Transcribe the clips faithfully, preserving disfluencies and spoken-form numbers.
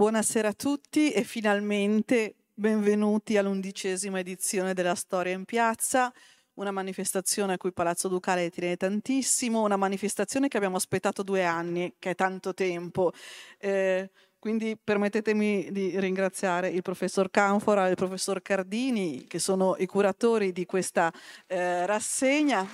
buonasera a tutti e finalmente benvenuti all'undicesima edizione della Storia in Piazza, una manifestazione a cui Palazzo Ducale tiene tantissimo, una manifestazione che abbiamo aspettato due anni, che è tanto tempo. Eh, quindi permettetemi di ringraziare il professor Canfora e il professor Cardini, che sono i curatori di questa eh, rassegna.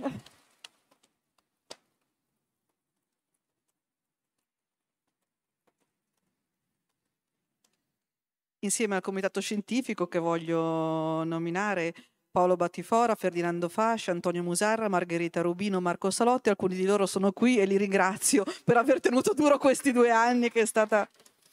Insieme al comitato scientifico che voglio nominare Paolo Battifora, Ferdinando Fascia, Antonio Musarra, Margherita Rubino, Marco Salotti, alcuni di loro sono qui e li ringrazio per aver tenuto duro questi due anni che è stata...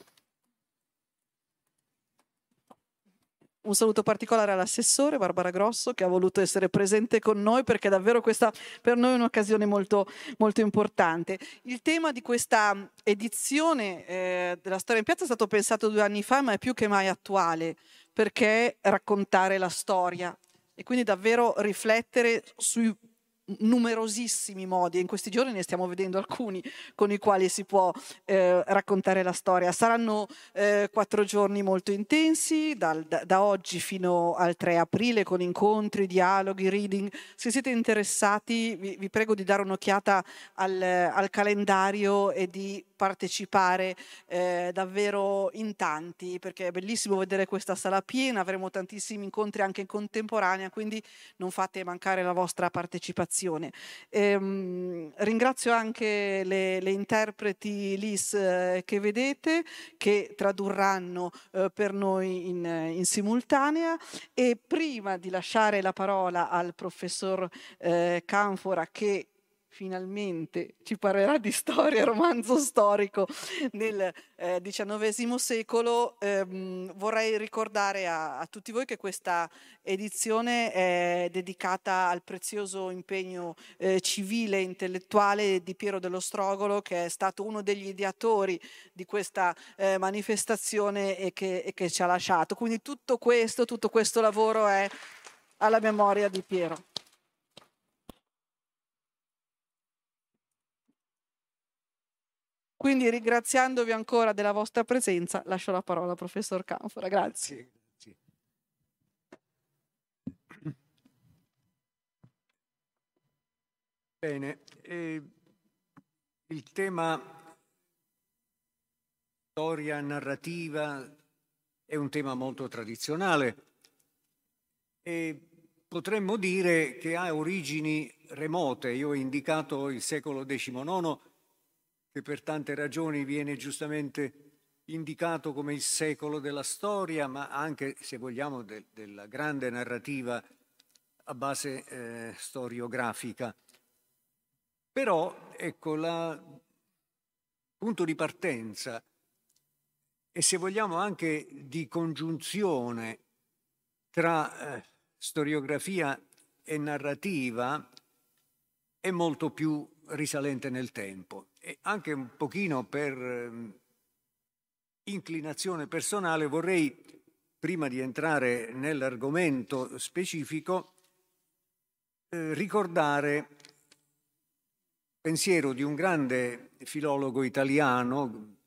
Un saluto particolare all'assessore Barbara Grosso che ha voluto essere presente con noi perché davvero questa per noi è un'occasione molto, molto importante. Il tema di questa edizione eh, della Storia in Piazza è stato pensato due anni fa ma è più che mai attuale perché raccontare la storia e quindi davvero riflettere sui numerosissimi modi, e in questi giorni ne stiamo vedendo alcuni con i quali si può eh, raccontare la storia. Saranno eh, quattro giorni molto intensi, dal, da, da oggi fino al tre aprile, con incontri, dialoghi, reading. Se siete interessati vi, vi prego di dare un'occhiata al, al calendario e di partecipare eh, davvero in tanti, perché è bellissimo vedere questa sala piena, avremo tantissimi incontri anche in contemporanea, quindi non fate mancare la vostra partecipazione. Ehm, ringrazio anche le, le interpreti L I S eh, che vedete, che tradurranno eh, per noi in, in simultanea, e prima di lasciare la parola al professor eh, Canfora, che finalmente ci parlerà di storia, romanzo storico nel eh, diciannovesimo secolo, ehm, vorrei ricordare a, a tutti voi che questa edizione è dedicata al prezioso impegno eh, civile e intellettuale di Piero dello Strogolo, che è stato uno degli ideatori di questa eh, manifestazione e che, e che ci ha lasciato. Quindi tutto questo, tutto questo lavoro è alla memoria di Piero. Quindi ringraziandovi ancora della vostra presenza, lascio la parola al professor Canfora. Grazie. Sì, grazie. Bene, eh, il tema storia narrativa è un tema molto tradizionale e potremmo dire che ha origini remote. Io ho indicato il secolo diciannove, che per tante ragioni viene giustamente indicato come il secolo della storia, ma anche, se vogliamo, de- della grande narrativa a base eh, storiografica. Però, ecco, il punto di partenza e, se vogliamo, anche di congiunzione tra eh, storiografia e narrativa è molto più risalente nel tempo. E anche un pochino per eh, inclinazione personale vorrei, prima di entrare nell'argomento specifico, eh, ricordare il pensiero di un grande filologo italiano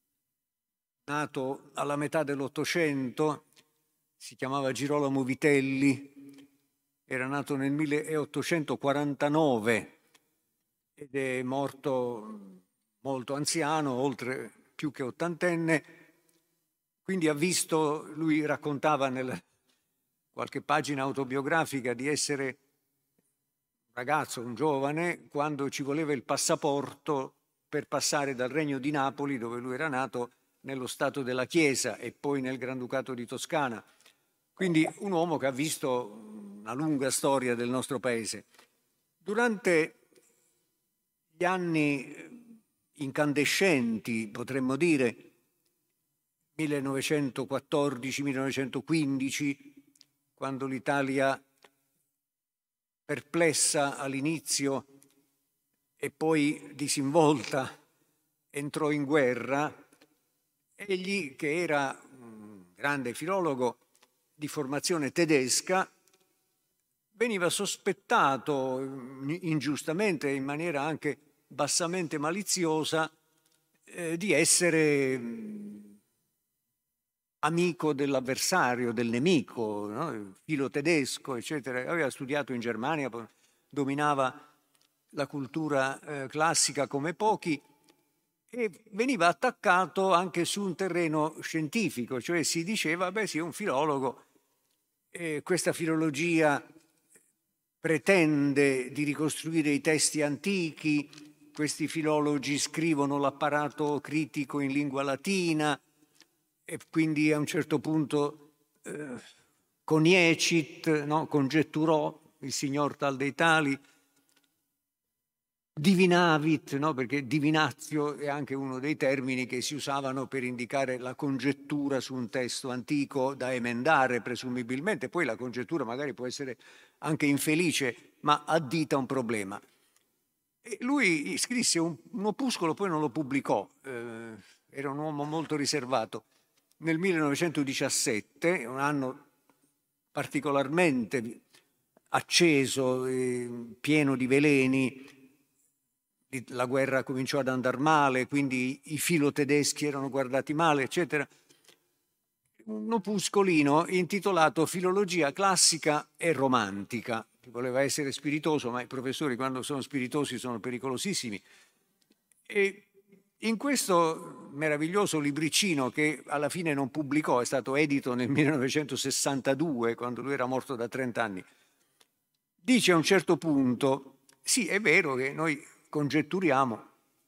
nato alla metà dell'Ottocento, si chiamava Girolamo Vitelli, era nato nel milleottocentoquarantanove ed è morto molto anziano, oltre più che ottantenne, quindi ha visto, lui raccontava nella qualche pagina autobiografica di essere un ragazzo, un giovane, quando ci voleva il passaporto per passare dal Regno di Napoli, dove lui era nato, nello Stato della Chiesa e poi nel Granducato di Toscana. Quindi un uomo che ha visto una lunga storia del nostro paese. Durante gli anni incandescenti, potremmo dire, millenovecentoquattordici millenovecentoquindici, quando l'Italia, perplessa all'inizio e poi disinvolta, entrò in guerra, egli, che era un grande filologo di formazione tedesca, veniva sospettato ingiustamente, in maniera anche bassamente maliziosa, eh, di essere amico dell'avversario, del nemico, no? Il filo tedesco, eccetera. Aveva studiato in Germania, dominava la cultura eh, classica come pochi e veniva attaccato anche su un terreno scientifico, cioè si diceva, beh sì, è un filologo, eh, questa filologia pretende di ricostruire i testi antichi, questi filologi scrivono l'apparato critico in lingua latina e quindi a un certo punto eh, coniecit, no? Congetturò il signor tal dei tali, divinavit, no? Perché divinazio è anche uno dei termini che si usavano per indicare la congettura su un testo antico da emendare presumibilmente, poi la congettura magari può essere anche infelice, ma addita un problema. E lui scrisse un, un opuscolo, poi non lo pubblicò, eh, era un uomo molto riservato. Nel millenovecentodiciassette, un anno particolarmente acceso, eh, pieno di veleni, la guerra cominciò ad andare male, quindi i filotedeschi erano guardati male, eccetera. Un opuscolino intitolato Filologia classica e romantica. Voleva essere spiritoso, ma i professori quando sono spiritosi sono pericolosissimi. E in questo meraviglioso libricino che alla fine non pubblicò, è stato edito nel millenovecentosessantadue, quando lui era morto da trenta anni, dice a un certo punto, sì, è vero che noi congetturiamo,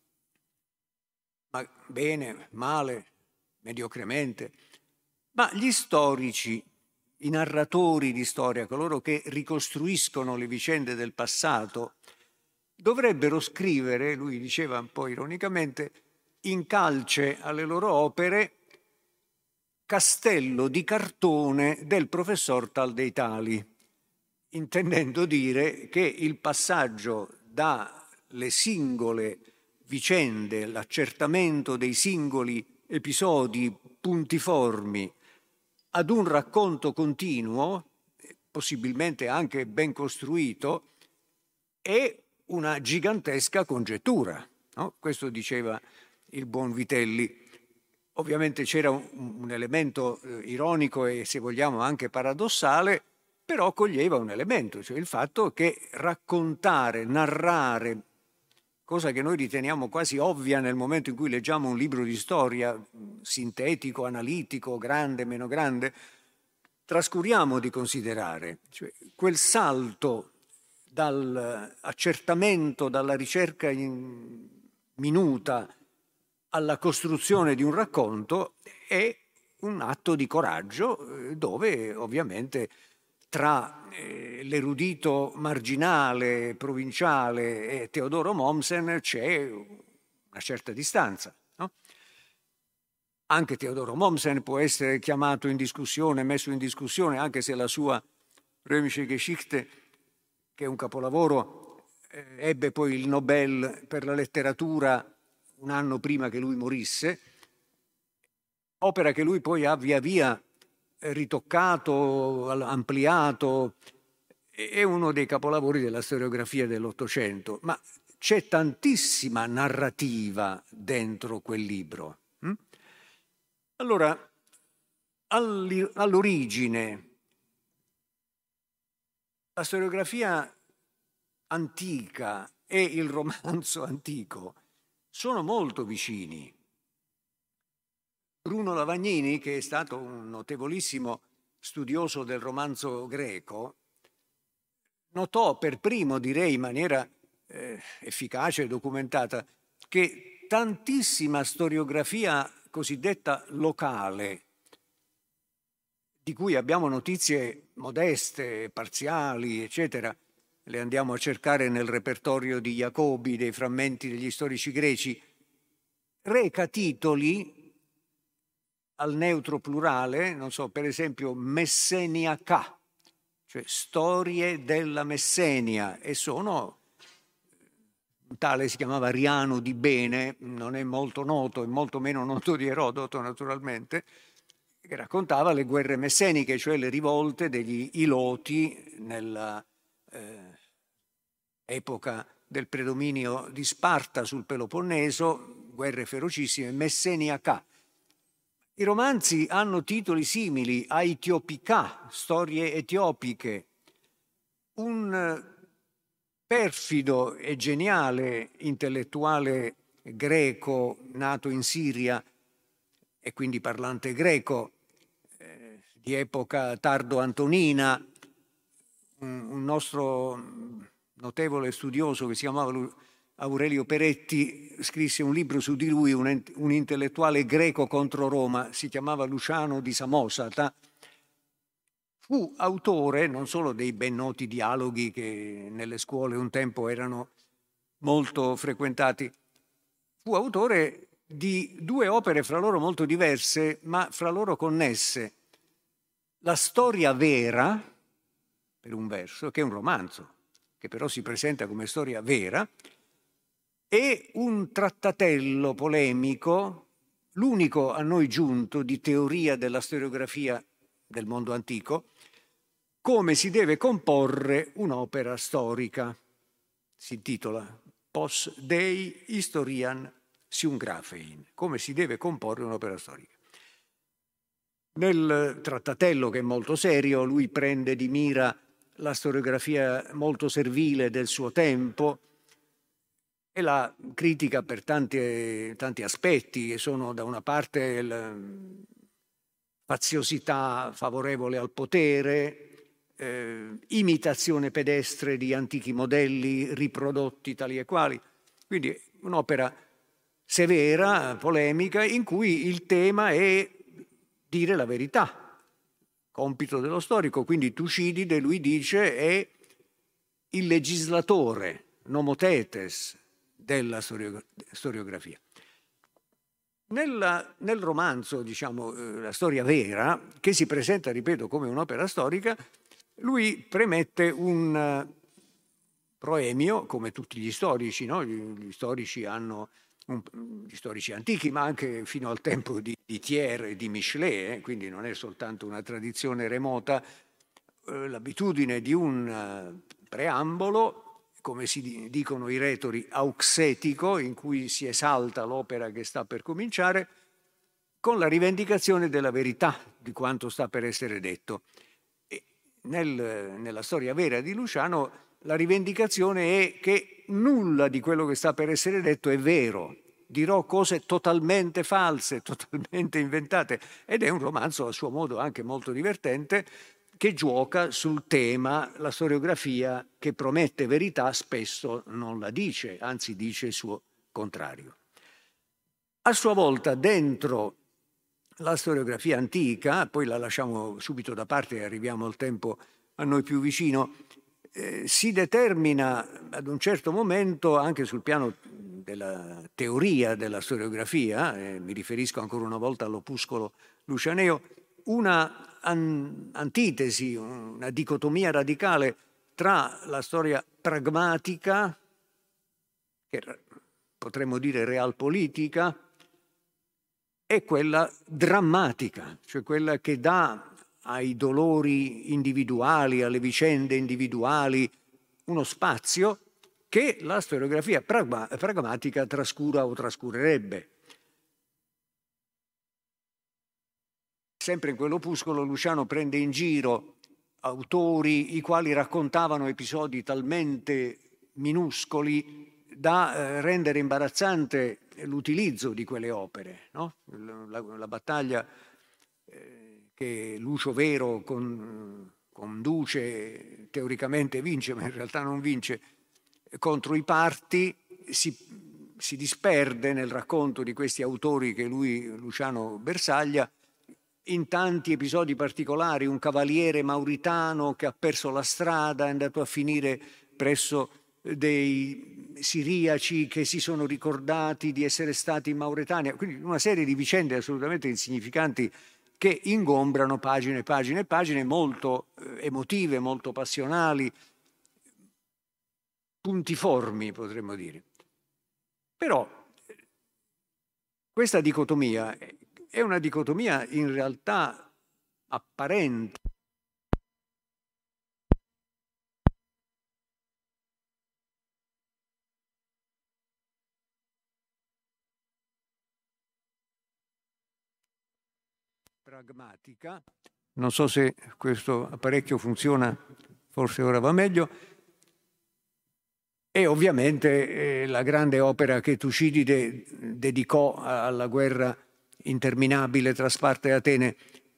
ma bene, male, mediocremente, ma gli storici, i narratori di storia, coloro che ricostruiscono le vicende del passato, dovrebbero scrivere, lui diceva un po' ironicamente, in calce alle loro opere, castello di cartone del professor tal dei tali, intendendo dire che il passaggio dalle singole vicende, l'accertamento dei singoli episodi puntiformi ad un racconto continuo, possibilmente anche ben costruito, è una gigantesca congettura, no? Questo diceva il buon Vitelli. Ovviamente c'era un, un elemento eh, ironico e, se vogliamo, anche paradossale, però coglieva un elemento, cioè il fatto che raccontare, narrare, cosa che noi riteniamo quasi ovvia nel momento in cui leggiamo un libro di storia, sintetico, analitico, grande, meno grande, trascuriamo di considerare, cioè quel salto dall'accertamento, dalla ricerca in minuta alla costruzione di un racconto è un atto di coraggio dove ovviamente tra eh, l'erudito marginale, provinciale e Teodoro Mommsen c'è una certa distanza, no? Anche Teodoro Mommsen può essere chiamato in discussione, messo in discussione, anche se la sua Römische Geschichte, che è un capolavoro, eh, ebbe poi il Nobel per la letteratura un anno prima che lui morisse, opera che lui poi ha via via ritoccato, ampliato, è uno dei capolavori della storiografia dell'Ottocento, ma c'è tantissima narrativa dentro quel libro. Allora, all'origine, la storiografia antica e il romanzo antico sono molto vicini. Bruno Lavagnini, che è stato un notevolissimo studioso del romanzo greco, notò per primo, direi in maniera eh, efficace e documentata, che tantissima storiografia cosiddetta locale, di cui abbiamo notizie modeste, parziali, eccetera, le andiamo a cercare nel repertorio di Jacobi, dei frammenti degli storici greci, reca titoli al neutro plurale, non so, per esempio Messeniacà, cioè storie della Messenia, e sono, un tale si chiamava Riano di Bene, non è molto noto, è molto meno noto di Erodoto naturalmente, che raccontava le guerre messeniche, cioè le rivolte degli Iloti nella eh, epoca del predominio di Sparta sul Peloponneso, guerre ferocissime, Messeniacà. I romanzi hanno titoli simili: Aetiopica, storie etiopiche. Un perfido e geniale intellettuale greco nato in Siria e quindi parlante greco, eh, di epoca tardo-antonina, un, un nostro notevole studioso che si chiamava Aurelio Peretti scrisse un libro su di lui, un, un intellettuale greco contro Roma, si chiamava Luciano di Samosata. Fu autore non solo dei ben noti dialoghi che nelle scuole un tempo erano molto frequentati, fu autore di due opere fra loro molto diverse, ma fra loro connesse. La storia vera, per un verso, che è un romanzo, che però si presenta come storia vera, e un trattatello polemico, l'unico a noi giunto di teoria della storiografia del mondo antico, come si deve comporre un'opera storica. Si intitola Pos Dei Historian Siungraphein, come si deve comporre un'opera storica. Nel trattatello, che è molto serio, lui prende di mira la storiografia molto servile del suo tempo e la critica per tanti, tanti aspetti, che sono da una parte la faziosità favorevole al potere, eh, imitazione pedestre di antichi modelli riprodotti tali e quali. Quindi un'opera severa, polemica, in cui il tema è dire la verità, compito dello storico. Quindi Tucidide, lui dice, è il legislatore, nomotetes, della storiografia. Nella, nel romanzo, diciamo, eh, la storia vera, che si presenta, ripeto, come un'opera storica, lui premette un uh, proemio, come tutti gli storici, no? Gli, gli storici hanno, un, gli storici antichi, ma anche fino al tempo di, di Thiers e di Michelet, eh, quindi non è soltanto una tradizione remota, eh, l'abitudine di un uh, preambolo, come si dicono i retori, auxetico, in cui si esalta l'opera che sta per cominciare, con la rivendicazione della verità di quanto sta per essere detto. E nel, nella storia vera di Luciano la rivendicazione è che nulla di quello che sta per essere detto è vero. Dirò cose totalmente false, totalmente inventate. Ed è un romanzo a suo modo anche molto divertente, che gioca sul tema, la storiografia che promette verità spesso non la dice, anzi dice il suo contrario. A sua volta, dentro la storiografia antica, poi la lasciamo subito da parte e arriviamo al tempo a noi più vicino, eh, si determina ad un certo momento, anche sul piano della teoria della storiografia, eh, mi riferisco ancora una volta all'opuscolo lucianeo, una an- antitesi, una dicotomia radicale tra la storia pragmatica, che potremmo dire realpolitica, e quella drammatica, cioè quella che dà ai dolori individuali, alle vicende individuali, uno spazio che la storiografia pragma- pragmatica trascura o trascurerebbe. Sempre in quell'opuscolo Luciano prende in giro autori i quali raccontavano episodi talmente minuscoli da eh, rendere imbarazzante l'utilizzo di quelle opere, no? la, la, la battaglia eh, che Lucio Vero con, conduce, teoricamente vince, ma in realtà non vince, contro i Parti, si, si disperde nel racconto di questi autori che lui, Luciano, bersaglia, in tanti episodi particolari. Un cavaliere mauritano che ha perso la strada, è andato a finire presso dei siriaci che si sono ricordati di essere stati in Mauretania, quindi una serie di vicende assolutamente insignificanti che ingombrano pagine e pagine e pagine, molto eh, emotive, molto passionali, puntiformi potremmo dire. Però questa dicotomia è una dicotomia in realtà apparente. pragmatica. Non so se questo apparecchio funziona, forse ora va meglio. E ovviamente eh, la grande opera che Tucidide dedicò alla guerra interminabile tra Sparta e Atene.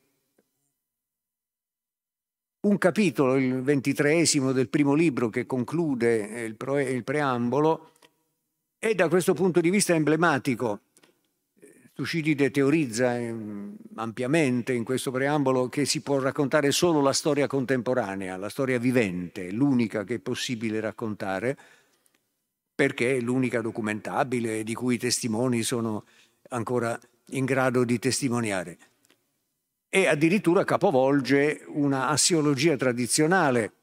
Un capitolo, il ventitreesimo del primo libro, che conclude il, pro, il preambolo, è da questo punto di vista emblematico. Tucidide teorizza eh, ampiamente in questo preambolo che si può raccontare solo la storia contemporanea, la storia vivente, l'unica che è possibile raccontare, perché è l'unica documentabile di cui i testimoni sono ancora in grado di testimoniare. E addirittura capovolge una assiologia tradizionale.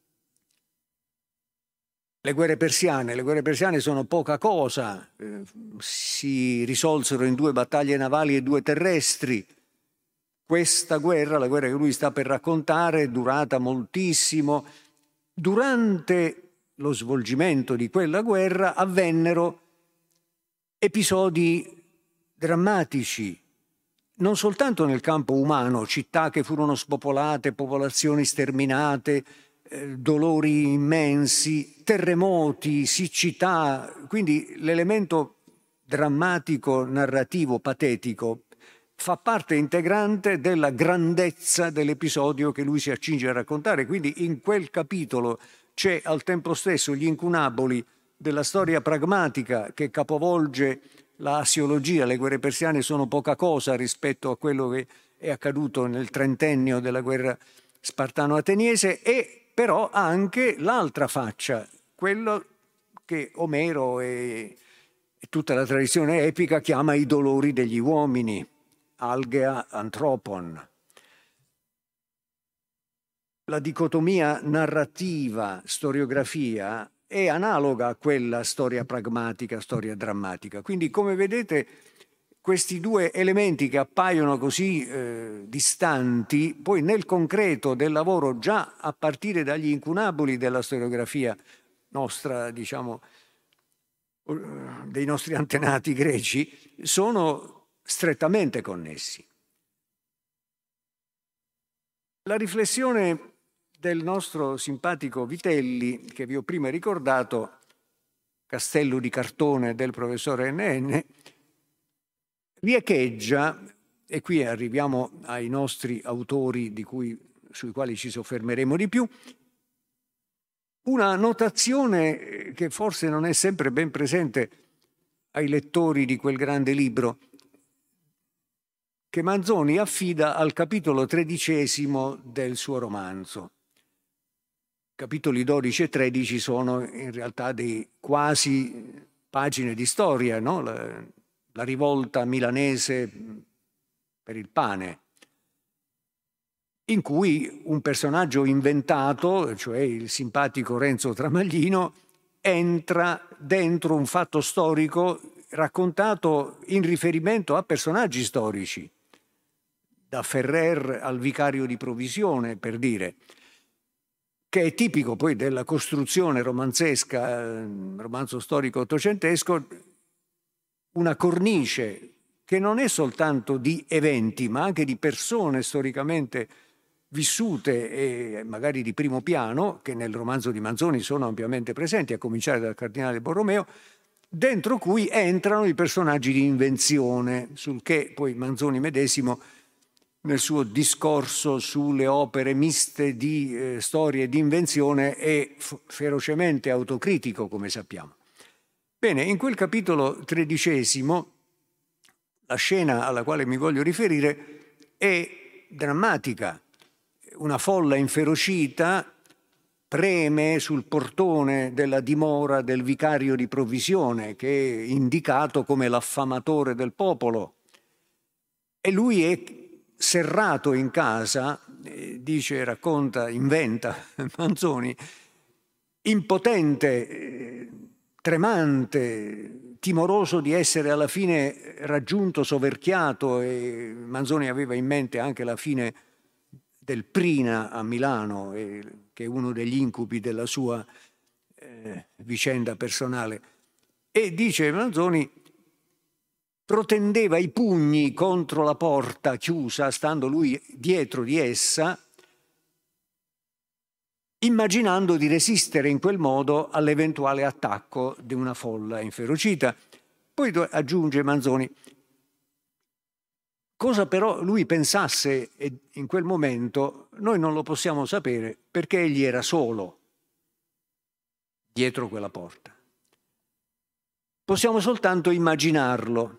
Le guerre persiane, le guerre persiane sono poca cosa, eh, si risolsero in due battaglie navali e due terrestri. Questa guerra, la guerra che lui sta per raccontare, è durata moltissimo. Durante lo svolgimento di quella guerra avvennero episodi drammatici, non soltanto nel campo umano, città che furono spopolate, popolazioni sterminate, eh, dolori immensi, terremoti, siccità, quindi l'elemento drammatico, narrativo, patetico fa parte integrante della grandezza dell'episodio che lui si accinge a raccontare. Quindi in quel capitolo c'è al tempo stesso gli incunaboli della storia pragmatica che capovolge la assiologia. Le guerre persiane sono poca cosa rispetto a quello che è accaduto nel trentennio della guerra spartano-ateniese, e però anche l'altra faccia, quello che Omero e, e tutta la tradizione epica chiama i dolori degli uomini, algea anthropon. La dicotomia narrativa-storiografia è analoga a quella storia pragmatica, storia drammatica. Quindi, come vedete, questi due elementi che appaiono così eh, distanti, poi nel concreto del lavoro, già a partire dagli incunaboli della storiografia nostra, diciamo, dei nostri antenati greci, sono strettamente connessi. La riflessione del nostro simpatico Vitelli, che vi ho prima ricordato, Castello di cartone del professore N N, riecheggia, e qui arriviamo ai nostri autori di cui, sui quali ci soffermeremo di più, una notazione che forse non è sempre ben presente ai lettori di quel grande libro, che Manzoni affida al capitolo tredicesimo del suo romanzo. Capitoli dodici e tredici sono in realtà dei quasi pagine di storia, no? La, la rivolta milanese per il pane, in cui un personaggio inventato, cioè il simpatico Renzo Tramaglino, entra dentro un fatto storico raccontato in riferimento a personaggi storici, da Ferrer al vicario di provvisione, per dire, che è tipico poi della costruzione romanzesca, romanzo storico ottocentesco, una cornice che non è soltanto di eventi, ma anche di persone storicamente vissute e magari di primo piano, che nel romanzo di Manzoni sono ampiamente presenti, a cominciare dal cardinale Borromeo, dentro cui entrano i personaggi di invenzione, sul che poi Manzoni medesimo, nel suo discorso sulle opere miste di eh, storia e di invenzione, è ferocemente autocritico, come sappiamo. Bene, in quel capitolo tredicesimo, la scena alla quale mi voglio riferire è drammatica. Una folla inferocita preme sul portone della dimora del vicario di provvisione, che è indicato come l'affamatore del popolo. E lui è serrato in casa, dice, racconta, inventa Manzoni, impotente, tremante, timoroso di essere alla fine raggiunto, soverchiato, e Manzoni aveva in mente anche la fine del Prina a Milano, eh, che è uno degli incubi della sua eh, vicenda personale. E dice Manzoni: protendeva i pugni contro la porta chiusa, stando lui dietro di essa, immaginando di resistere in quel modo all'eventuale attacco di una folla inferocita. Poi aggiunge Manzoni, cosa però lui pensasse in quel momento noi non lo possiamo sapere, perché egli era solo dietro quella porta. Possiamo soltanto immaginarlo.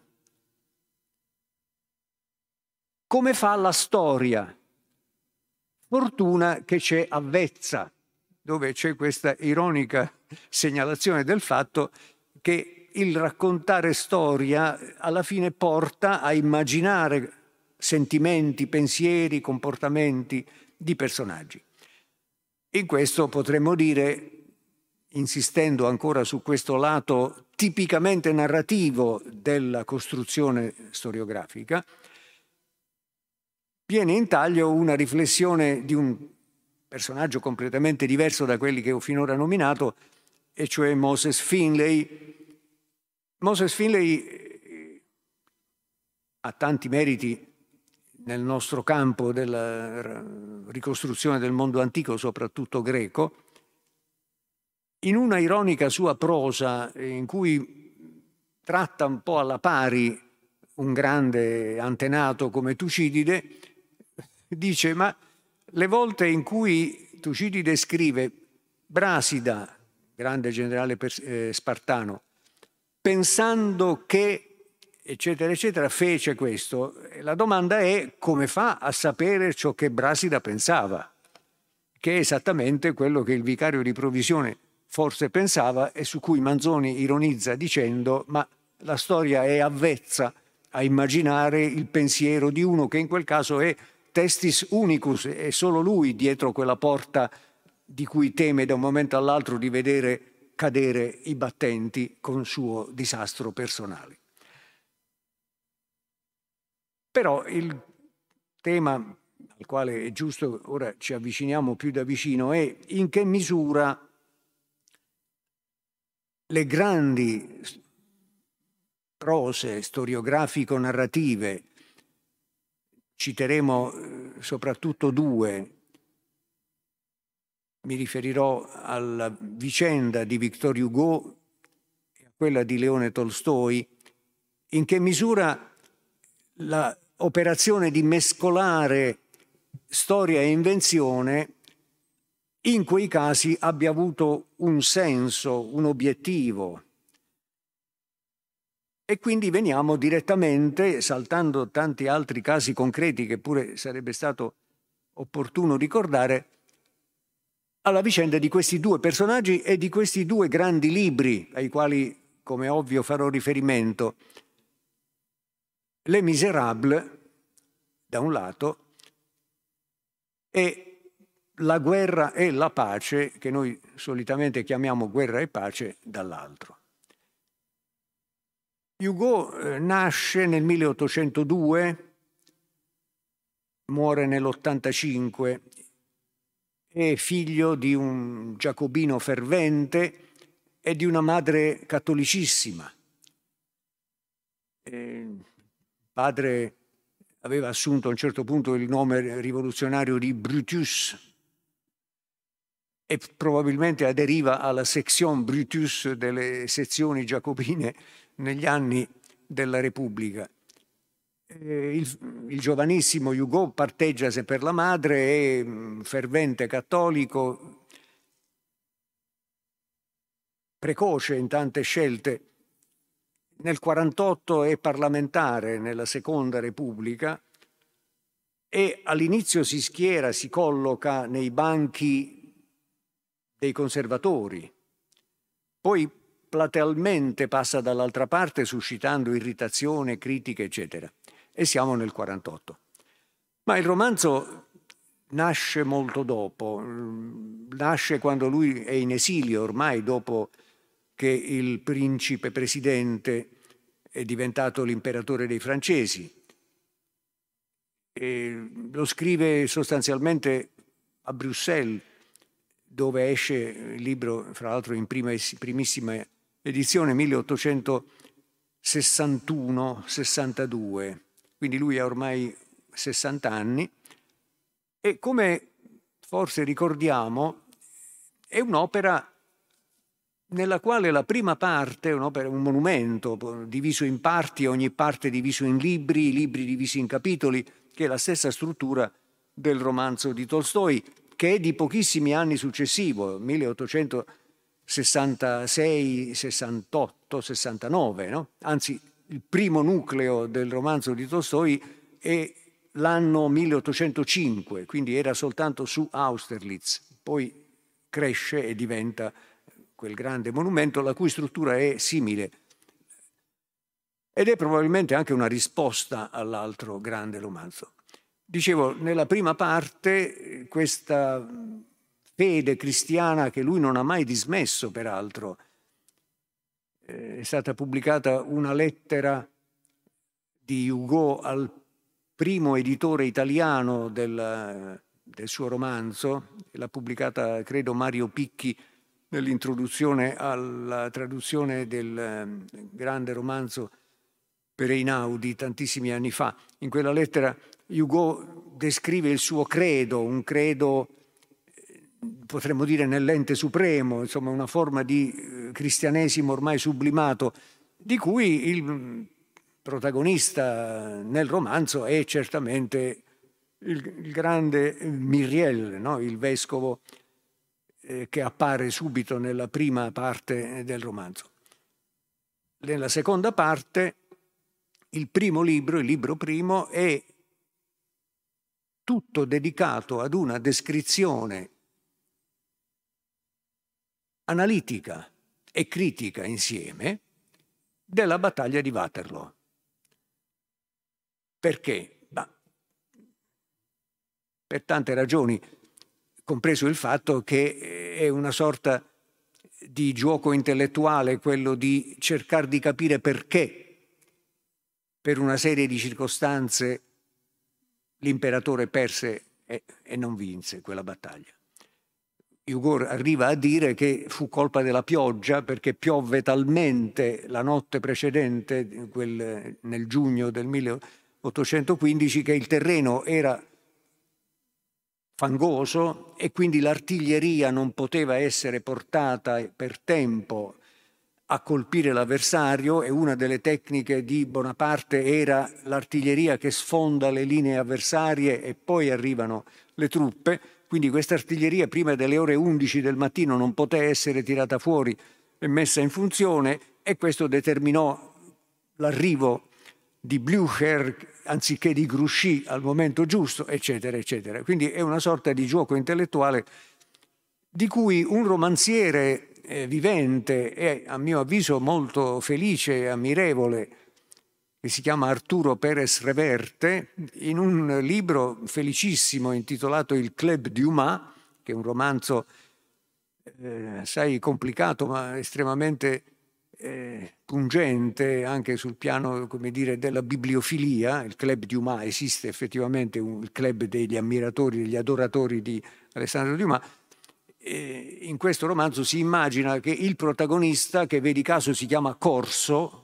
Come fa la storia? Fortuna che c'è Avvezza, dove c'è questa ironica segnalazione del fatto che il raccontare storia alla fine porta a immaginare sentimenti, pensieri, comportamenti di personaggi. In questo potremmo dire, insistendo ancora su questo lato tipicamente narrativo della costruzione storiografica, viene in taglio una riflessione di un personaggio completamente diverso da quelli che ho finora nominato, e cioè Moses Finley. Moses Finley ha tanti meriti nel nostro campo della ricostruzione del mondo antico, soprattutto greco. In una ironica sua prosa in cui tratta un po' alla pari un grande antenato come Tucidide, dice, ma le volte in cui Tucidide scrive Brasida, grande generale eh, spartano, pensando che, eccetera, eccetera, fece questo, la domanda è come fa a sapere ciò che Brasida pensava, che è esattamente quello che il vicario di provvisione forse pensava e su cui Manzoni ironizza dicendo, ma la storia è avvezza a immaginare il pensiero di uno che in quel caso è testis unicus, è solo lui dietro quella porta di cui teme da un momento all'altro di vedere cadere i battenti con suo disastro personale. Però il tema al quale è giusto ora ci avviciniamo più da vicino è in che misura le grandi prose storiografico-narrative, citeremo soprattutto due, mi riferirò alla vicenda di Victor Hugo e a quella di Leone Tolstoi, in che misura l'operazione di mescolare storia e invenzione in quei casi abbia avuto un senso, un obiettivo. E quindi veniamo direttamente, saltando tanti altri casi concreti che pure sarebbe stato opportuno ricordare, alla vicenda di questi due personaggi e di questi due grandi libri ai quali, come ovvio, farò riferimento. Les Misérables, da un lato, e La guerra e la pace, che noi solitamente chiamiamo guerra e pace, dall'altro. Hugo eh, nasce nel milleottocentodue, muore nell'ottantacinque, è figlio di un giacobino fervente e di una madre cattolicissima. Il padre aveva assunto a un certo punto il nome rivoluzionario di Brutus e probabilmente aderiva alla section Brutus delle sezioni giacobine negli anni della Repubblica. Eh, il, il giovanissimo Hugo parteggia per la madre, è fervente cattolico, precoce in tante scelte. Nel quarantotto è parlamentare nella Seconda Repubblica e all'inizio si schiera, si colloca nei banchi dei conservatori, poi platealmente passa dall'altra parte suscitando irritazione, critiche, eccetera. E siamo nel quarantotto. Ma il romanzo nasce molto dopo, nasce quando lui è in esilio, ormai dopo che il principe presidente è diventato l'imperatore dei francesi. E lo scrive sostanzialmente a Bruxelles, dove esce il libro, fra l'altro in prima, primissima edizione, milleottocentotrentacinque, sessantuno sessantadue, quindi lui ha ormai sessanta anni, e come forse ricordiamo è un'opera nella quale la prima parte è un'opera, un monumento diviso in parti, ogni parte diviso in libri, libri divisi in capitoli, che è la stessa struttura del romanzo di Tolstoi, che è di pochissimi anni successivo, milleottocentosessantasei sessantotto sessantanove, no? Anzi, il primo nucleo del romanzo di Tolstoi è l'anno milleottocentocinque, quindi era soltanto su Austerlitz, poi cresce e diventa quel grande monumento la cui struttura è simile ed è probabilmente anche una risposta all'altro grande romanzo. Dicevo, nella prima parte questa fede cristiana che lui non ha mai dismesso, peraltro, è stata pubblicata una lettera di Hugo al primo editore italiano del, del suo romanzo, l'ha pubblicata credo Mario Picchi nell'introduzione alla traduzione del grande romanzo per Einaudi tantissimi anni fa. In quella lettera Hugo descrive il suo credo, un credo potremmo dire nell'ente supremo, insomma una forma di cristianesimo ormai sublimato, di cui il protagonista nel romanzo è certamente il, il grande Myriel, no? Il vescovo eh, che appare subito nella prima parte del romanzo. Nella seconda parte, il primo libro, il libro primo, è tutto dedicato ad una descrizione analitica e critica insieme della battaglia di Waterloo. Perché? Bah, per tante ragioni, compreso il fatto che è una sorta di gioco intellettuale quello di cercare di capire perché, per una serie di circostanze, l'imperatore perse e, e non vinse quella battaglia. Hugo arriva a dire che fu colpa della pioggia perché piovve talmente la notte precedente, quel, nel giugno del milleottocentoquindici, che il terreno era fangoso e quindi l'artiglieria non poteva essere portata per tempo a colpire l'avversario, e una delle tecniche di Bonaparte era l'artiglieria che sfonda le linee avversarie e poi arrivano le truppe. Quindi questa artiglieria prima delle ore undici del mattino non poté essere tirata fuori e messa in funzione, e questo determinò l'arrivo di Blücher anziché di Grouchy al momento giusto, eccetera, eccetera. Quindi è una sorta di gioco intellettuale di cui un romanziere eh, vivente e a mio avviso molto felice e ammirevole, che si chiama Arturo Pérez Reverte, in un libro felicissimo intitolato Il Club Dumas, che è un romanzo eh, assai complicato ma estremamente eh, pungente anche sul piano, come dire, della bibliofilia. Il Club Dumas esiste effettivamente, un, il club degli ammiratori, degli adoratori di Alessandro Dumas. E in questo romanzo si immagina che il protagonista, che vedi caso si chiama Corso,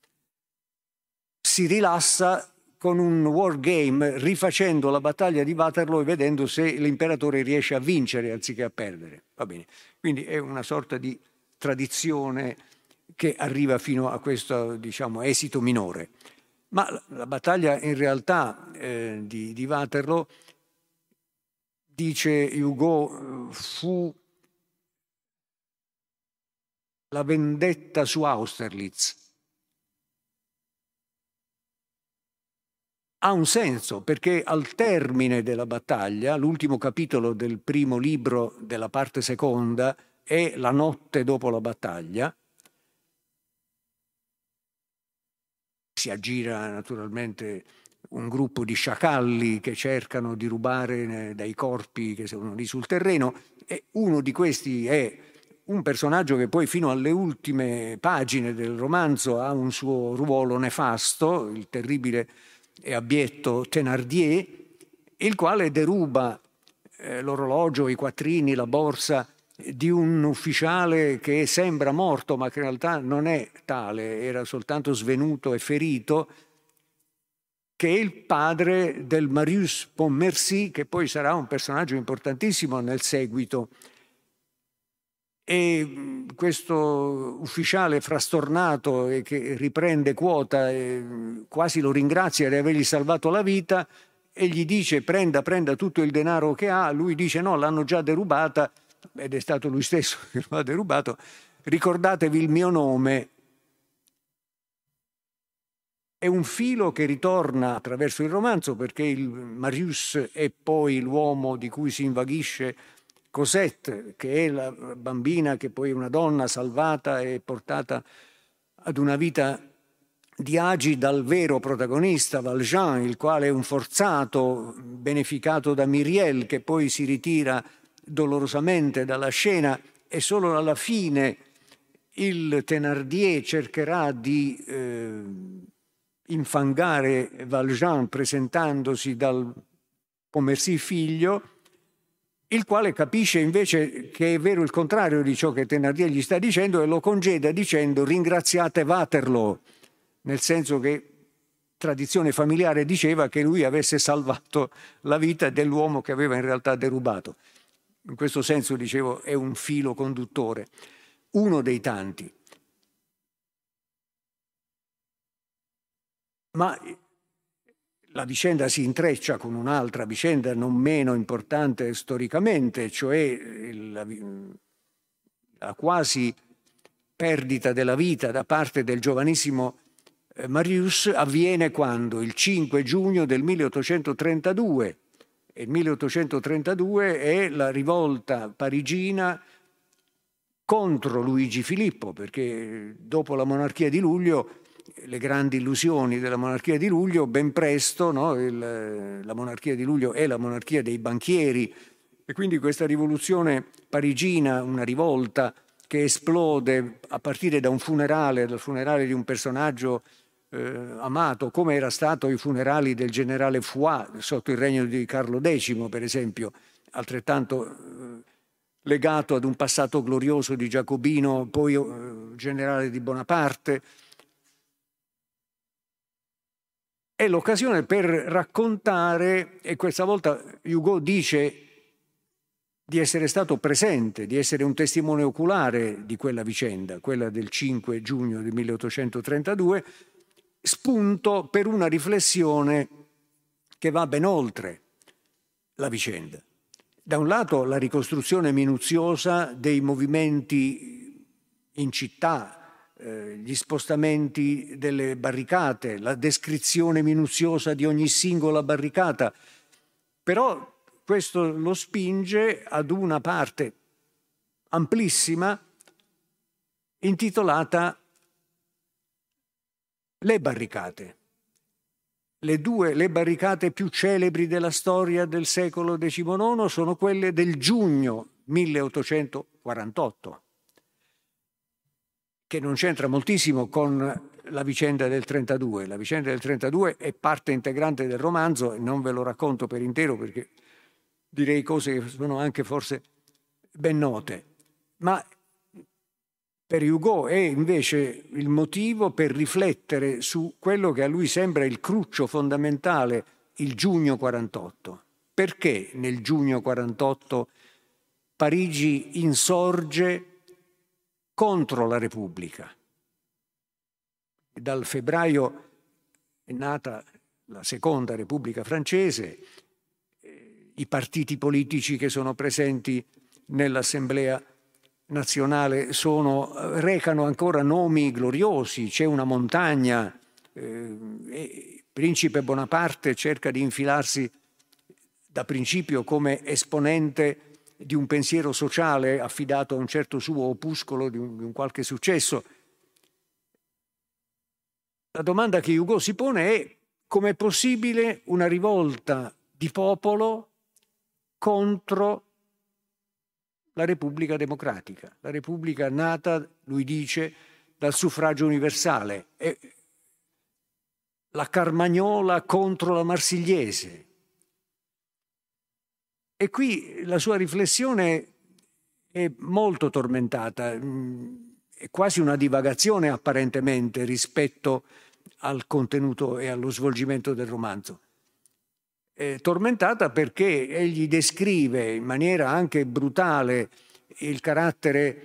si rilassa con un wargame rifacendo la battaglia di Waterloo e vedendo se l'imperatore riesce a vincere anziché a perdere. Va bene. Quindi è una sorta di tradizione che arriva fino a questo, diciamo, esito minore. Ma la battaglia in realtà eh, di, di Waterloo, dice Hugo, fu la vendetta su Austerlitz. Ha un senso, perché al termine della battaglia, l'ultimo capitolo del primo libro della parte seconda è la notte dopo la battaglia. Si aggira naturalmente un gruppo di sciacalli che cercano di rubare dai corpi che sono lì sul terreno, e uno di questi è un personaggio che poi fino alle ultime pagine del romanzo ha un suo ruolo nefasto, il terribile e abietto Thénardier, il quale deruba eh, l'orologio, i quattrini, la borsa di un ufficiale che sembra morto ma che in realtà non è tale, era soltanto svenuto e ferito, che è il padre del Marius Pontmercy, che poi sarà un personaggio importantissimo nel seguito. E questo ufficiale frastornato e che riprende quota e quasi lo ringrazia di avergli salvato la vita e gli dice prenda, prenda tutto il denaro che ha. Lui dice no, l'hanno già derubata, ed è stato lui stesso che lo ha derubato, ricordatevi il mio nome. È un filo che ritorna attraverso il romanzo, perché il Marius è poi l'uomo di cui si invaghisce Cosette, che è la bambina che poi è una donna salvata e portata ad una vita di agi dal vero protagonista, Valjean, il quale è un forzato beneficato da Myriel, che poi si ritira dolorosamente dalla scena, e solo alla fine il Thénardier cercherà di eh, infangare Valjean presentandosi dal Pontmercy figlio, il quale capisce invece che è vero il contrario di ciò che Thénardier gli sta dicendo e lo congeda dicendo ringraziate Waterloo, nel senso che tradizione familiare diceva che lui avesse salvato la vita dell'uomo che aveva in realtà derubato. In questo senso, dicevo, è un filo conduttore, uno dei tanti. Ma la vicenda si intreccia con un'altra vicenda non meno importante storicamente, cioè la, la quasi perdita della vita da parte del giovanissimo Marius avviene quando? Il cinque giugno del milleottocentotrentadue. E il milleottocentotrentadue è la rivolta parigina contro Luigi Filippo, perché dopo la monarchia di luglio, le grandi illusioni della monarchia di luglio, ben presto, no? Il, la monarchia di luglio è la monarchia dei banchieri, e quindi questa rivoluzione parigina, una rivolta che esplode a partire da un funerale, dal funerale di un personaggio eh, amato, come era stato i funerali del generale Foix sotto il regno di Carlo decimo, per esempio, altrettanto eh, legato ad un passato glorioso di Giacobino, poi eh, generale di Bonaparte. È l'occasione per raccontare, e questa volta Hugo dice di essere stato presente, di essere un testimone oculare di quella vicenda, quella del cinque giugno del milleottocentotrentadue, spunto per una riflessione che va ben oltre la vicenda. Da un lato la ricostruzione minuziosa dei movimenti in città, eh, gli spostamenti delle barricate, la descrizione minuziosa di ogni singola barricata, però questo lo spinge ad una parte amplissima intitolata Le barricate. Le due le barricate più celebri della storia del secolo diciannove sono quelle del giugno milleottocentoquarantotto, che non c'entra moltissimo con la vicenda del trentadue. La vicenda del trentadue è parte integrante del romanzo e non ve lo racconto per intero perché direi cose che sono anche forse ben note. Ma per Hugo è invece il motivo per riflettere su quello che a lui sembra il cruccio fondamentale, il giugno quarantotto. Perché nel giugno quarantotto Parigi insorge contro la Repubblica? Dal febbraio è nata la seconda Repubblica francese, i partiti politici che sono presenti nell'Assemblea nazionale sono, recano ancora nomi gloriosi, c'è una montagna, eh, e Principe Bonaparte cerca di infilarsi da principio come esponente di un pensiero sociale affidato a un certo suo opuscolo di un, di un qualche successo. La domanda che Hugo si pone è: com'è possibile una rivolta di popolo contro la Repubblica democratica, la Repubblica nata, lui dice, dal suffragio universale, è la Carmagnola contro la Marsigliese. E qui la sua riflessione è molto tormentata, è quasi una divagazione apparentemente rispetto al contenuto e allo svolgimento del romanzo. È tormentata perché egli descrive in maniera anche brutale il carattere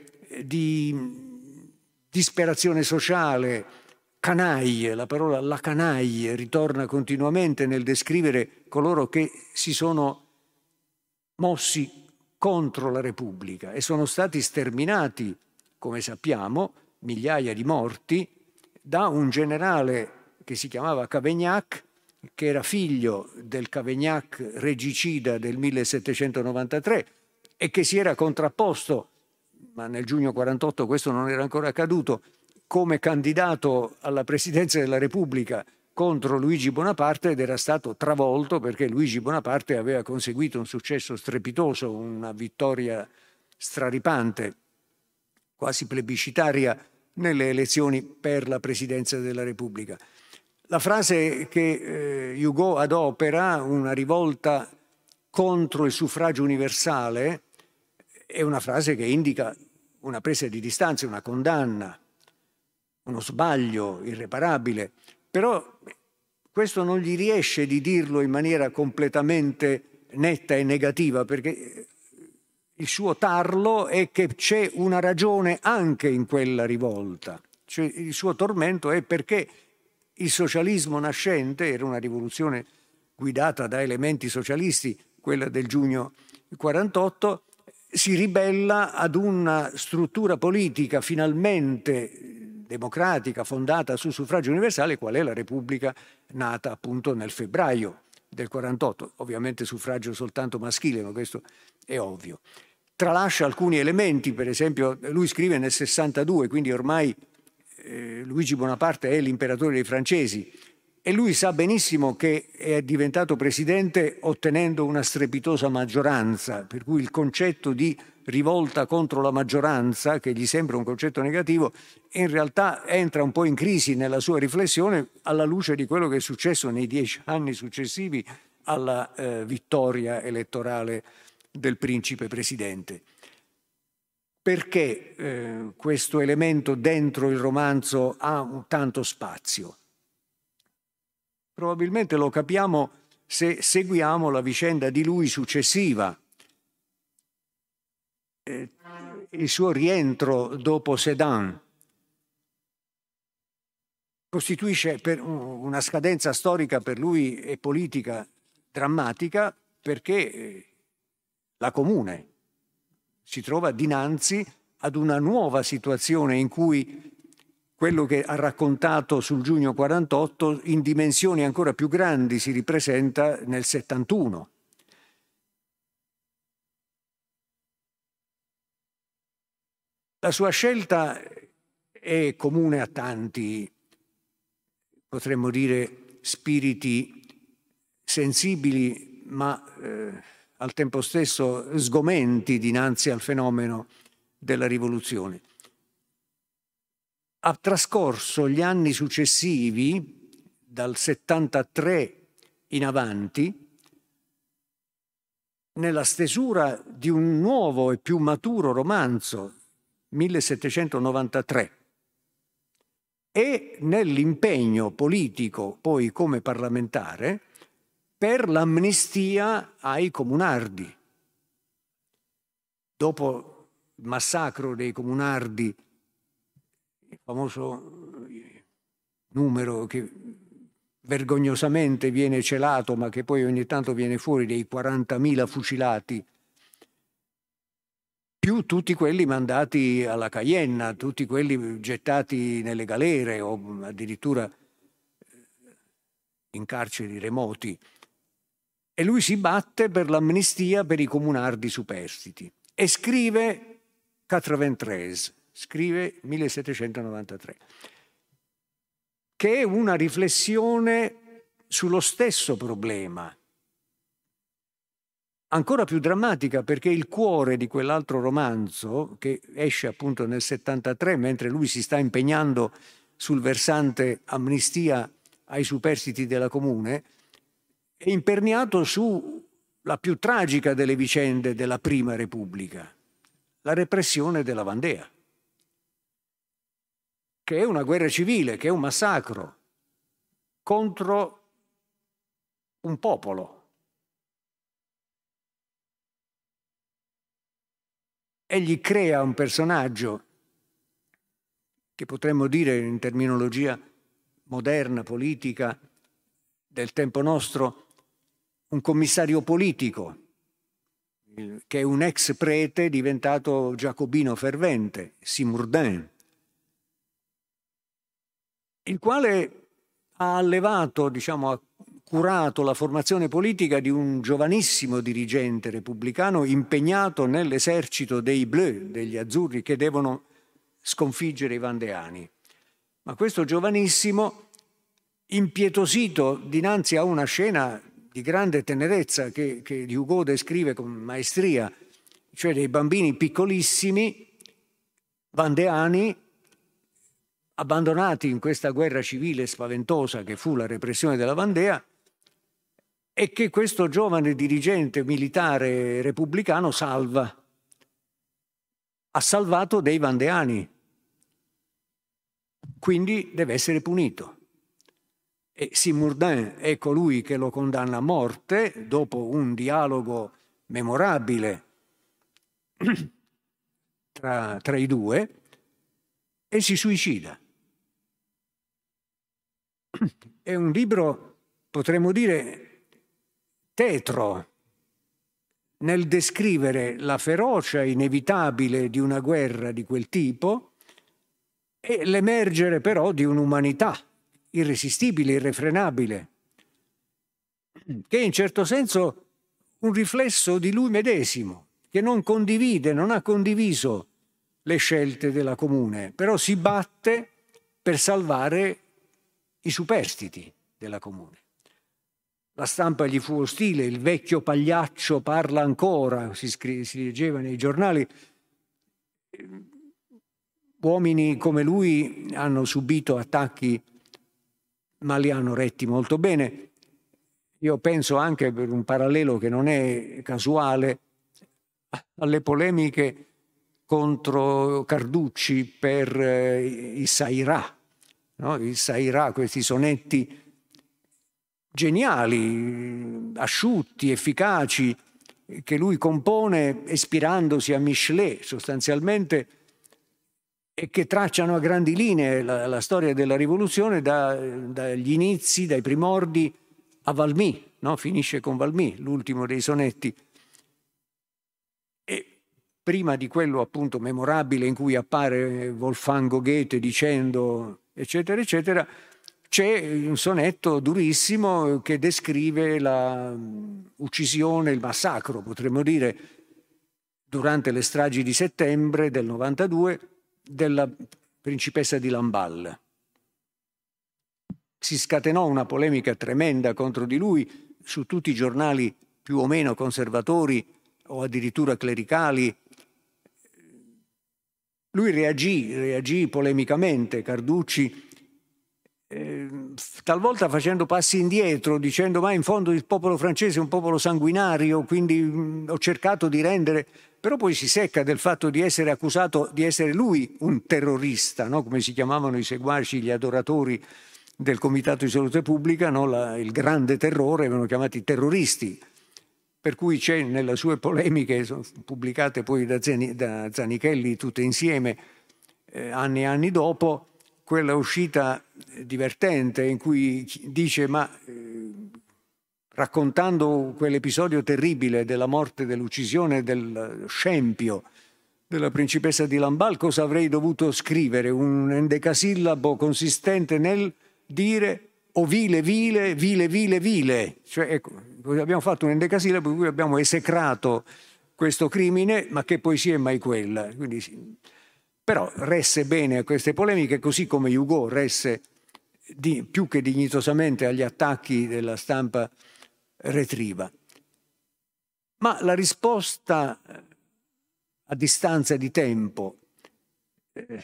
di disperazione sociale, canaglie, la parola la canaglie ritorna continuamente nel descrivere coloro che si sono mossi contro la Repubblica e sono stati sterminati, come sappiamo, migliaia di morti, da un generale che si chiamava Cavaignac, che era figlio del Cavaignac regicida del millesettecentonovantatré e che si era contrapposto, ma nel giugno quarantotto questo non era ancora accaduto, come candidato alla presidenza della Repubblica contro Luigi Bonaparte, ed era stato travolto perché Luigi Bonaparte aveva conseguito un successo strepitoso, una vittoria straripante, quasi plebiscitaria, nelle elezioni per la presidenza della Repubblica. La frase che eh, Hugo adopera, una rivolta contro il suffragio universale, è una frase che indica una presa di distanza, una condanna, uno sbaglio irreparabile, però questo non gli riesce di dirlo in maniera completamente netta e negativa, perché il suo tarlo è che c'è una ragione anche in quella rivolta. Cioè, il suo tormento è perché il socialismo nascente, era una rivoluzione guidata da elementi socialisti, quella del giugno quarantotto, si ribella ad una struttura politica finalmente democratica, fondata sul suffragio universale, qual è la Repubblica nata appunto nel febbraio del quarantotto. Ovviamente suffragio soltanto maschile, ma questo è ovvio. Tralascia alcuni elementi, per esempio lui scrive nel sessantadue, quindi ormai eh, Luigi Bonaparte è l'imperatore dei francesi, e lui sa benissimo che è diventato presidente ottenendo una strepitosa maggioranza, per cui il concetto di rivolta contro la maggioranza, che gli sembra un concetto negativo, in realtà entra un po' in crisi nella sua riflessione alla luce di quello che è successo nei dieci anni successivi alla eh, vittoria elettorale del principe presidente. Perché eh, questo elemento dentro il romanzo ha un tanto spazio? Probabilmente lo capiamo se seguiamo la vicenda di lui successiva. Eh, il suo rientro dopo Sedan costituisce per una scadenza storica per lui e politica drammatica, perché la Comune si trova dinanzi ad una nuova situazione in cui quello che ha raccontato sul giugno quarantotto in dimensioni ancora più grandi si ripresenta nel settantuno. La sua scelta è comune a tanti, potremmo dire, spiriti sensibili, ma eh, al tempo stesso sgomenti dinanzi al fenomeno della rivoluzione. Ha trascorso gli anni successivi, dal settantatré in avanti, nella stesura di un nuovo e più maturo romanzo, millesettecentonovantatré, e nell'impegno politico, poi come parlamentare, per l'amnistia ai comunardi. Dopo il massacro dei comunardi, il famoso numero che vergognosamente viene celato, ma che poi ogni tanto viene fuori, dei quarantamila fucilati, più tutti quelli mandati alla Caienna, tutti quelli gettati nelle galere o addirittura in carceri remoti. E lui si batte per l'amnistia per i comunardi superstiti e scrive quatre-vingt-treize, scrive millesettecentonovantatré, che è una riflessione sullo stesso problema, ancora più drammatica, perché il cuore di quell'altro romanzo, che esce appunto nel settantatré, mentre lui si sta impegnando sul versante amnistia ai superstiti della Comune, è imperniato sulla più tragica delle vicende della Prima Repubblica, la repressione della Vandea, che è una guerra civile, che è un massacro contro un popolo. Egli crea un personaggio che potremmo dire in terminologia moderna, politica, del tempo nostro, un commissario politico, che è un ex prete diventato giacobino fervente, Simurdin, il quale ha allevato, diciamo, ha curato la formazione politica di un giovanissimo dirigente repubblicano impegnato nell'esercito dei Bleu, degli azzurri, che devono sconfiggere i vandeani. Ma questo giovanissimo, impietosito dinanzi a una scena di grande tenerezza che, che Hugo descrive con maestria, cioè dei bambini piccolissimi, vandeani, abbandonati in questa guerra civile spaventosa che fu la repressione della Vandea, e che questo giovane dirigente militare repubblicano salva. Ha salvato dei vandeani, quindi deve essere punito. E Simurdin è colui che lo condanna a morte dopo un dialogo memorabile tra, tra i due, e si suicida. È un libro, potremmo dire, tetro nel descrivere la ferocia inevitabile di una guerra di quel tipo e l'emergere però di un'umanità irresistibile, irrefrenabile, che è in certo senso un riflesso di lui medesimo, che non condivide, non ha condiviso le scelte della comune, però si batte per salvare i superstiti della comune. La stampa gli fu ostile, il vecchio pagliaccio parla ancora, si, scri- si leggeva nei giornali. Uomini come lui hanno subito attacchi, ma li hanno retti molto bene. Io penso anche, per un parallelo che non è casuale, alle polemiche contro Carducci per eh, i Sairà, no? I Sairà, questi sonetti geniali, asciutti, efficaci, che lui compone ispirandosi a Michelet sostanzialmente, e che tracciano a grandi linee la, la storia della rivoluzione da, dagli inizi, dai primordi a Valmy, no? Finisce con Valmy, l'ultimo dei sonetti. E prima di quello appunto memorabile in cui appare Wolfgang Goethe dicendo eccetera eccetera, c'è un sonetto durissimo che descrive la uccisione, il massacro, potremmo dire, durante le stragi di settembre del novantadue della principessa di Lamballe. Si scatenò una polemica tremenda contro di lui su tutti i giornali più o meno conservatori o addirittura clericali. Lui reagì, reagì polemicamente, Carducci, eh, talvolta facendo passi indietro, dicendo ma in fondo il popolo francese è un popolo sanguinario, quindi mh, ho cercato di rendere... Però poi si secca del fatto di essere accusato di essere lui un terrorista, no? Come si chiamavano i seguaci, gli adoratori del Comitato di Salute Pubblica, no? La, il grande terrore, venivano chiamati terroristi. Per cui c'è nelle sue polemiche, sono pubblicate poi da, Zani, da Zanichelli tutte insieme, eh, anni e anni dopo, quella uscita divertente in cui dice ma... Eh, raccontando quell'episodio terribile della morte, dell'uccisione del scempio della principessa di Lamballe, cosa avrei dovuto scrivere? Un endecasillabo consistente nel dire o vile, vile, vile, vile, vile. Cioè, ecco, abbiamo fatto un endecasillabo in cui abbiamo esecrato questo crimine, ma che poesia è mai quella? Quindi, sì. Però resse bene a queste polemiche, così come Hugo resse di, più che dignitosamente agli attacchi della stampa retriva. Ma la risposta a distanza di tempo eh,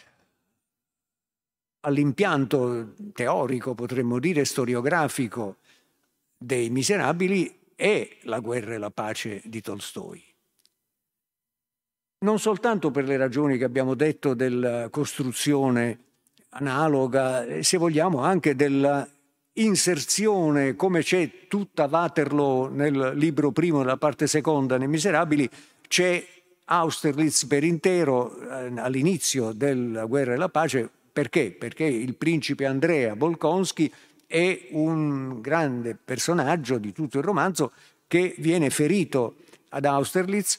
all'impianto teorico, potremmo dire storiografico, dei Miserabili è La guerra e la pace di Tolstoi. non soltanto per le ragioni che abbiamo detto della costruzione analoga, se vogliamo anche della inserzione, come c'è tutta Waterloo nel libro primo e la parte seconda nei Miserabili, c'è Austerlitz per intero eh, all'inizio della guerra e la pace. Perché? Perché il principe Andrea Bolkonsky è un grande personaggio di tutto il romanzo che viene ferito ad Austerlitz,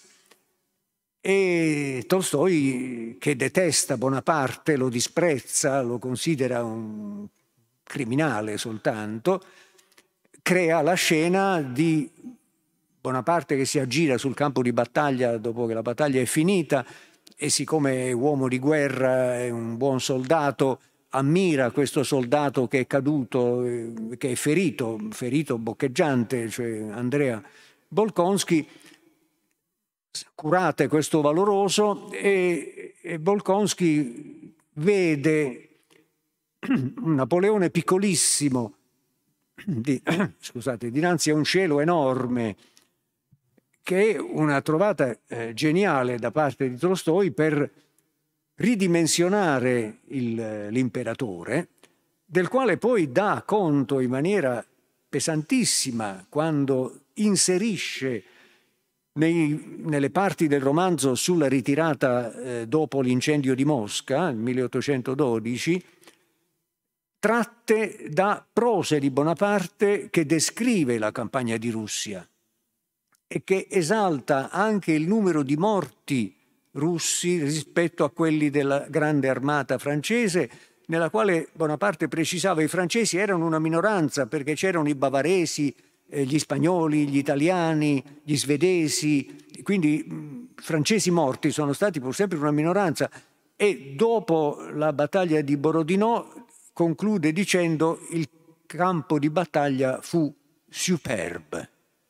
e Tolstoi, che detesta Bonaparte, lo disprezza, lo considera un criminale soltanto, crea la scena di Bonaparte che si aggira sul campo di battaglia dopo che la battaglia è finita, e siccome è uomo di guerra, è un buon soldato, ammira questo soldato che è caduto, che è ferito, ferito boccheggiante, cioè Andrea Bolkonsky. Curate questo valoroso, e, e Bolkonsky vede un Napoleone piccolissimo di, scusate, dinanzi a un cielo enorme, che è una trovata eh, geniale da parte di Tolstoi per ridimensionare l'imperatore, del quale poi dà conto in maniera pesantissima quando inserisce nei, nelle parti del romanzo sulla ritirata eh, dopo l'incendio di Mosca, nel milleottocentododici, tratte da prose di Bonaparte che descrive la campagna di Russia e che esalta anche il numero di morti russi rispetto a quelli della grande armata francese, nella quale Bonaparte precisava che i francesi erano una minoranza perché c'erano i bavaresi, eh, gli spagnoli, gli italiani, gli svedesi, quindi mh, francesi morti sono stati pur sempre una minoranza. E dopo la battaglia di Borodino conclude dicendo: il campo di battaglia fu superbe.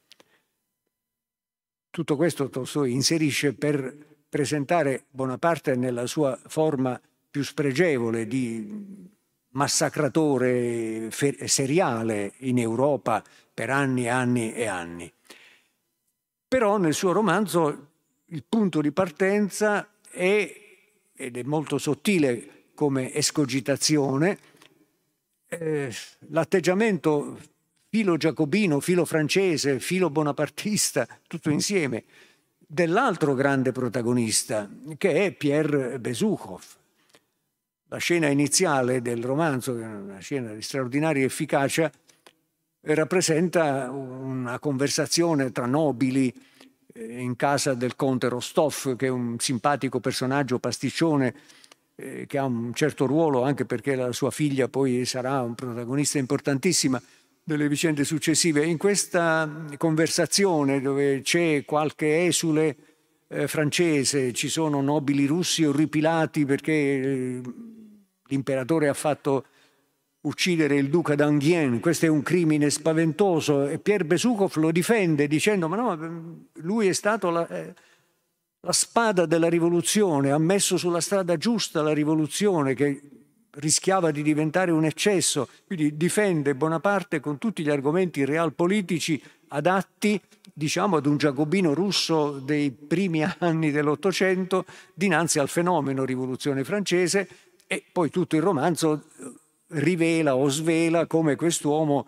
Tutto questo Tolstoi inserisce per presentare Bonaparte nella sua forma più spregevole di massacratore seriale in Europa per anni e anni e anni. Però nel suo romanzo il punto di partenza è, ed è molto sottile come escogitazione, eh, l'atteggiamento filo giacobino, filo francese, filo bonapartista, tutto insieme, dell'altro grande protagonista, che è Pierre Besukhov. La scena iniziale del romanzo, che è una scena di straordinaria efficacia, rappresenta una conversazione tra nobili in casa del conte Rostov, che è un simpatico personaggio pasticcione, eh, che ha un certo ruolo anche perché la sua figlia poi sarà un protagonista importantissima delle vicende successive. In questa conversazione, dove c'è qualche esule eh, francese, ci sono nobili russi orripilati perché eh, l'imperatore ha fatto uccidere il duca d'Enghien, questo è un crimine spaventoso, e Pierre Besukhov lo difende dicendo: ma no, lui è stato la, eh, la spada della rivoluzione, ha messo sulla strada giusta la rivoluzione che rischiava di diventare un eccesso. Quindi difende Bonaparte con tutti gli argomenti realpolitici adatti, diciamo, ad un giacobino russo dei primi anni dell'Ottocento dinanzi al fenomeno rivoluzione francese. E poi tutto il romanzo rivela o svela come quest'uomo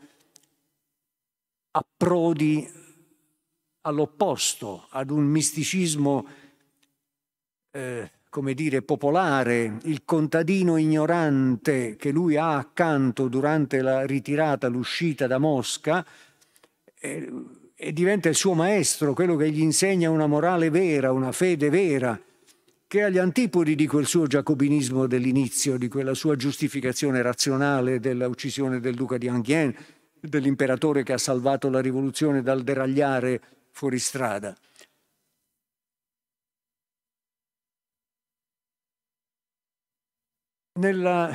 approdi all'opposto, ad un misticismo eh, come dire, popolare, il contadino ignorante che lui ha accanto durante la ritirata, l'uscita da Mosca, e, e diventa il suo maestro, quello che gli insegna una morale vera, una fede vera, che è agli antipodi di quel suo giacobinismo dell'inizio, di quella sua giustificazione razionale della uccisione del duca di Enghien, dell'imperatore che ha salvato la rivoluzione dal deragliare fuori strada. Nella,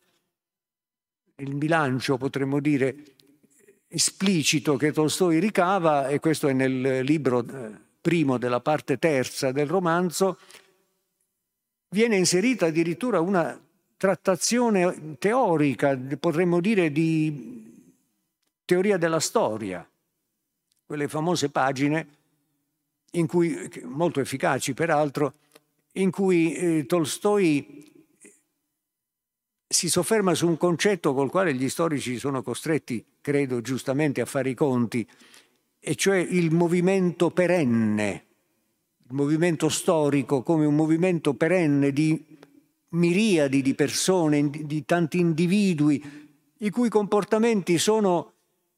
il bilancio, potremmo dire, esplicito che Tolstoi ricava, e questo è nel libro primo della parte terza del romanzo, viene inserita addirittura una trattazione teorica, potremmo dire di teoria della storia, quelle famose pagine in cui, molto efficaci peraltro, in cui eh, Tolstoi si sofferma su un concetto col quale gli storici sono costretti, credo giustamente, a fare i conti, e cioè il movimento perenne, il movimento storico come un movimento perenne di miriadi di persone, di tanti individui, i cui comportamenti sono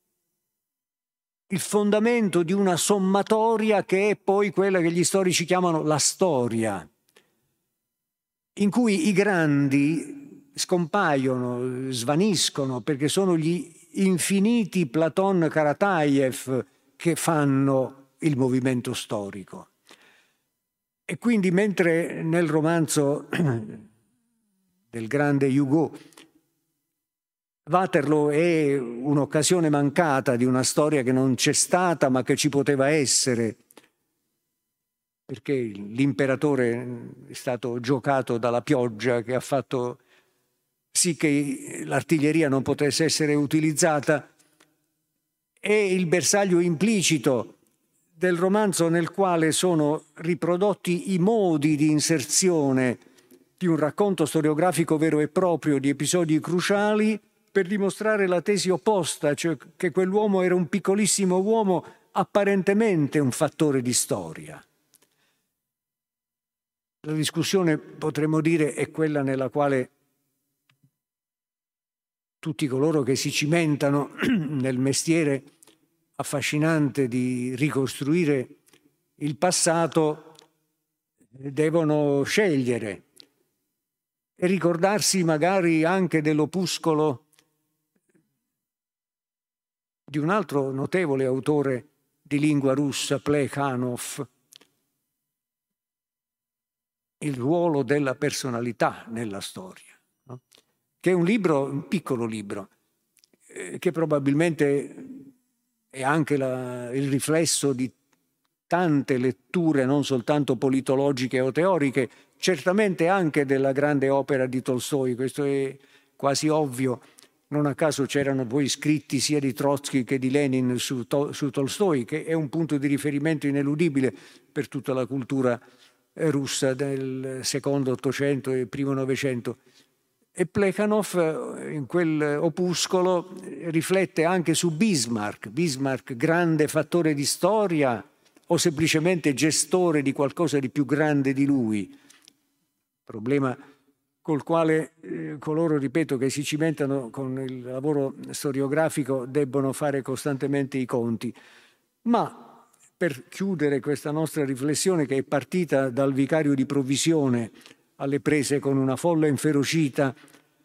il fondamento di una sommatoria che è poi quella che gli storici chiamano la storia, in cui i grandi scompaiono, svaniscono, perché sono gli infiniti Platon Karataev che fanno il movimento storico. E quindi mentre nel romanzo del grande Hugo Waterloo è un'occasione mancata di una storia che non c'è stata ma che ci poteva essere, perché l'imperatore è stato giocato dalla pioggia che ha fatto sì che l'artiglieria non potesse essere utilizzata, è il bersaglio implicito del romanzo nel quale sono riprodotti i modi di inserzione di un racconto storiografico vero e proprio di episodi cruciali per dimostrare la tesi opposta, cioè che quell'uomo era un piccolissimo uomo apparentemente un fattore di storia. La discussione, potremmo dire, è quella nella quale tutti coloro che si cimentano nel mestiere affascinante di ricostruire il passato devono scegliere e ricordarsi magari anche dell'opuscolo di un altro notevole autore di lingua russa, Plekhanov, Il ruolo della personalità nella storia, no? Che è un libro, un piccolo libro, eh, che probabilmente è anche la, il riflesso di tante letture, non soltanto politologiche o teoriche, certamente anche della grande opera di Tolstoi, questo è quasi ovvio. Non a caso c'erano poi scritti sia di Trotsky che di Lenin su, to, su Tolstoi, che è un punto di riferimento ineludibile per tutta la cultura russa del secondo Ottocento e primo Novecento. E Plekhanov in quel opuscolo riflette anche su Bismarck, Bismarck grande fattore di storia o semplicemente gestore di qualcosa di più grande di lui, problema col quale eh, coloro, ripeto, che si cimentano con il lavoro storiografico debbono fare costantemente i conti. Ma per chiudere questa nostra riflessione, che è partita dal vicario di provvisione alle prese con una folla inferocita,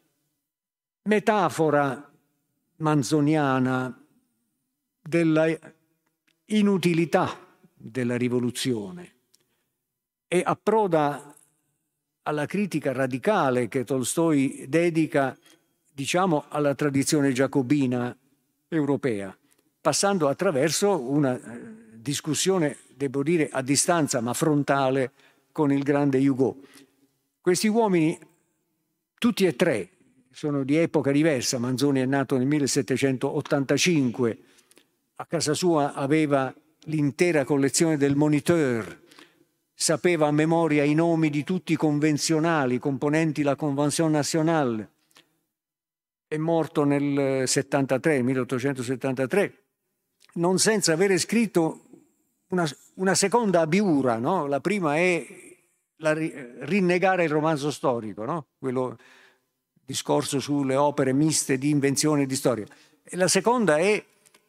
metafora manzoniana della inutilità della rivoluzione e approda alla critica radicale che Tolstoi dedica, diciamo, alla tradizione giacobina europea, passando attraverso una discussione, devo dire, a distanza ma frontale con il grande Hugo. Questi uomini, tutti e tre, sono di epoca diversa. Manzoni è nato nel millesettecentottantacinque, a casa sua aveva l'intera collezione del Moniteur, sapeva a memoria i nomi di tutti i convenzionali, componenti la Convention Nationale. È morto nel settantatré, milleottocentosettantatré, non senza avere scritto una, una seconda abiura, no? La prima è la, rinnegare il romanzo storico, no? Quello discorso sulle opere miste di invenzione e di storia. E la seconda è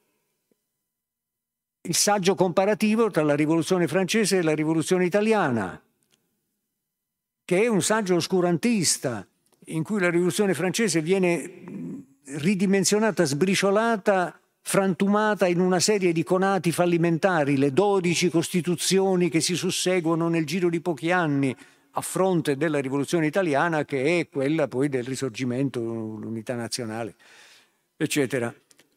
il saggio comparativo tra la rivoluzione francese e la rivoluzione italiana, che è un saggio oscurantista in cui la rivoluzione francese viene ridimensionata, sbriciolata, frantumata in una serie di conati fallimentari, le dodici costituzioni che si susseguono nel giro di pochi anni, a fronte della rivoluzione italiana, che è quella poi del risorgimento, l'unità nazionale, eccetera.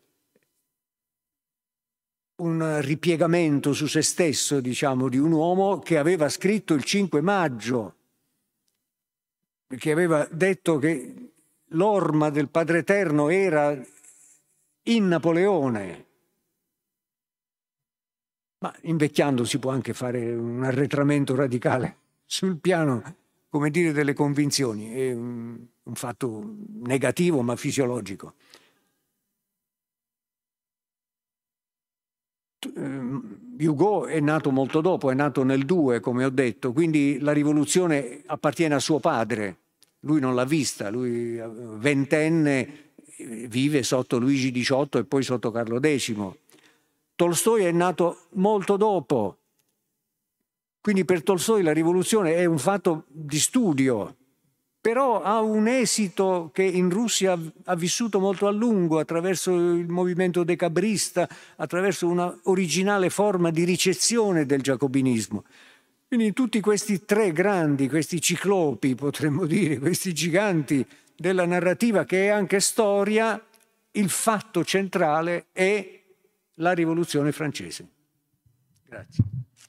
Un ripiegamento su se stesso, diciamo, di un uomo che aveva scritto il cinque maggio, che aveva detto che l'orma del Padre Eterno era in Napoleone. Ma invecchiando si può anche fare un arretramento radicale sul piano, come dire, delle convinzioni. È un, un fatto negativo ma fisiologico. Hugo è nato molto dopo, è nato nel due, come ho detto, quindi la rivoluzione appartiene a suo padre. Lui non l'ha vista, lui ventenne vive sotto Luigi diciotto e poi sotto Carlo decimo. Tolstoi è nato molto dopo, quindi per Tolstoi la rivoluzione è un fatto di studio, però ha un esito che in Russia ha vissuto molto a lungo attraverso il movimento decabrista, attraverso una originale forma di ricezione del giacobinismo. Quindi tutti questi tre grandi, questi ciclopi, potremmo dire, questi giganti della narrativa che è anche storia, il fatto centrale è la rivoluzione francese. Grazie.